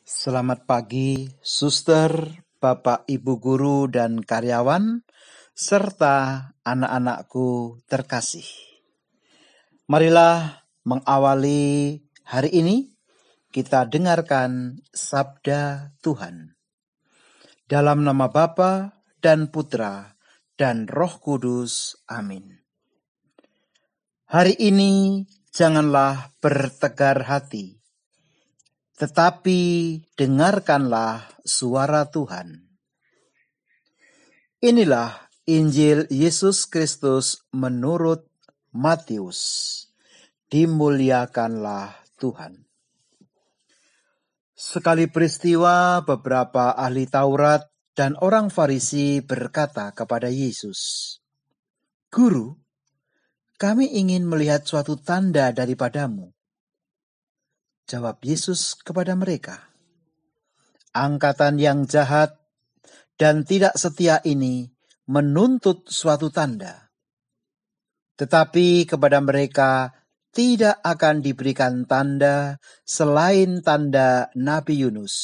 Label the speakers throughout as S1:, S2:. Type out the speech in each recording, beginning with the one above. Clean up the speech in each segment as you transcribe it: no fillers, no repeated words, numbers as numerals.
S1: Selamat pagi, suster, bapak, ibu guru, dan karyawan, serta anak-anakku terkasih. Marilah mengawali hari ini, kita dengarkan sabda Tuhan. Dalam nama Bapa dan Putra dan Roh Kudus, amin. Hari ini janganlah bertegar hati, tetapi dengarkanlah suara Tuhan. Inilah Injil Yesus Kristus menurut Matius. Dimuliakanlah Tuhan. Sekali peristiwa, beberapa ahli Taurat dan orang Farisi berkata kepada Yesus, "Guru, kami ingin melihat suatu tanda daripadamu." Jawab Yesus kepada mereka, "Angkatan yang jahat dan tidak setia ini menuntut suatu tanda. Tetapi kepada mereka tidak akan diberikan tanda selain tanda Nabi Yunus.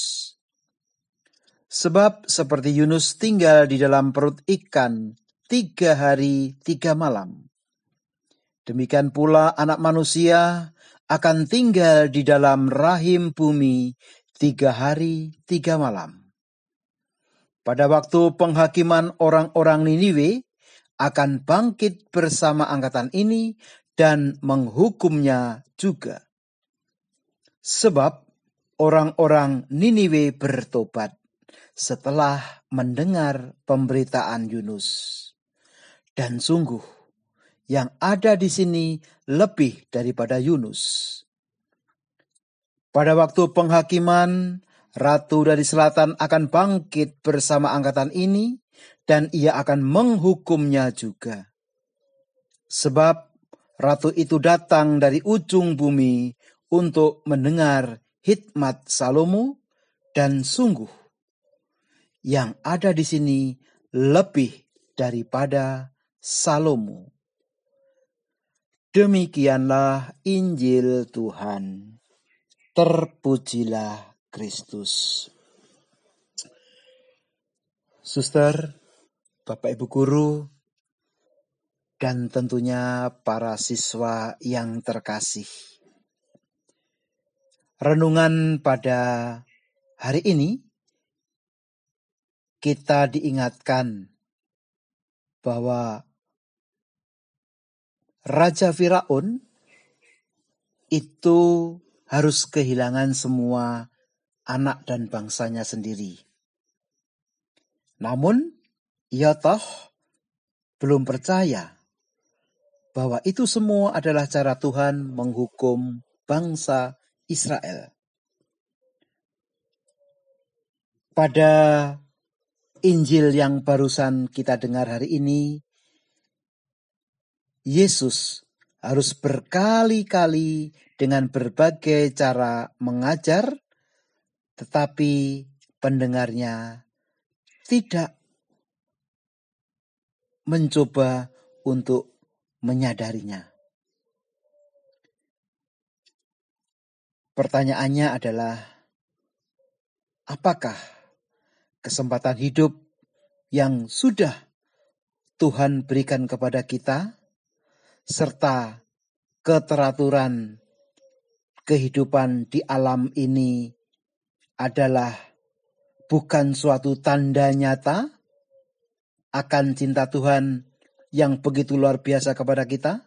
S1: Sebab seperti Yunus tinggal di dalam perut ikan 3 hari 3 malam, demikian pula Anak Manusia akan tinggal di dalam rahim bumi 3 hari 3 malam. Pada waktu penghakiman orang-orang Niniwe akan bangkit bersama angkatan ini dan menghukumnya juga. Sebab orang-orang Niniwe bertobat setelah mendengar pemberitaan Yunus. Dan sungguh, yang ada di sini lebih daripada Yunus. Pada waktu penghakiman, Ratu dari Selatan akan bangkit bersama angkatan ini, dan ia akan menghukumnya juga. Sebab Ratu itu datang dari ujung bumi untuk mendengar hikmat Salomo, dan sungguh, yang ada di sini lebih daripada Salomo." Demikianlah Injil Tuhan. Terpujilah Kristus. Suster, Bapak Ibu Guru, dan tentunya para siswa yang terkasih. Renungan pada hari ini, kita diingatkan bahwa Raja Firaun itu harus kehilangan semua anak dan bangsanya sendiri. Namun, ia toh belum percaya bahwa itu semua adalah cara Tuhan menghukum bangsa Israel. Pada Injil yang barusan kita dengar hari ini, Yesus harus berkali-kali dengan berbagai cara mengajar, tetapi pendengarnya tidak mencoba untuk menyadarinya. Pertanyaannya adalah, apakah kesempatan hidup yang sudah Tuhan berikan kepada kita, serta keteraturan kehidupan di alam ini adalah bukan suatu tanda nyata akan cinta Tuhan yang begitu luar biasa kepada kita?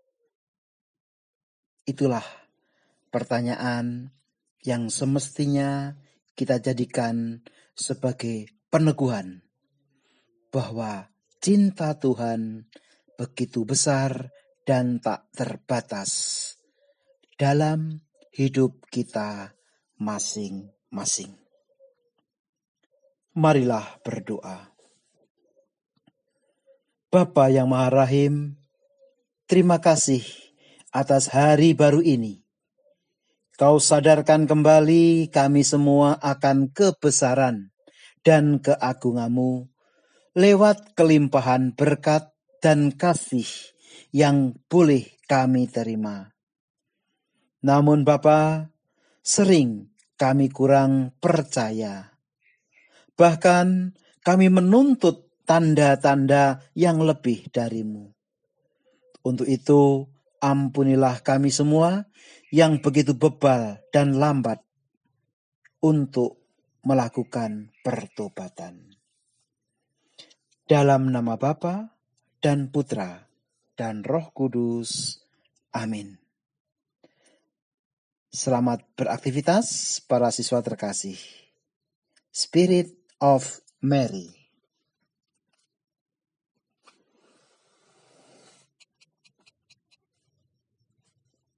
S1: Itulah pertanyaan yang semestinya kita jadikan sebagai peneguhan bahwa cinta Tuhan begitu besar dan tak terbatas dalam hidup kita masing-masing. Marilah berdoa. Bapa yang Maha Rahim, terima kasih atas hari baru ini. Kau sadarkan kembali kami semua akan kebesaran dan keagungan-Mu lewat kelimpahan berkat dan kasih yang boleh kami terima. Namun Bapa, sering kami kurang percaya. Bahkan kami menuntut tanda-tanda yang lebih darimu. Untuk itu, ampunilah kami semua yang begitu bebal dan lambat untuk melakukan pertobatan. Dalam nama Bapa dan Putra dan Roh Kudus. Amin. Selamat beraktivitas para siswa terkasih. Spirit of Mary.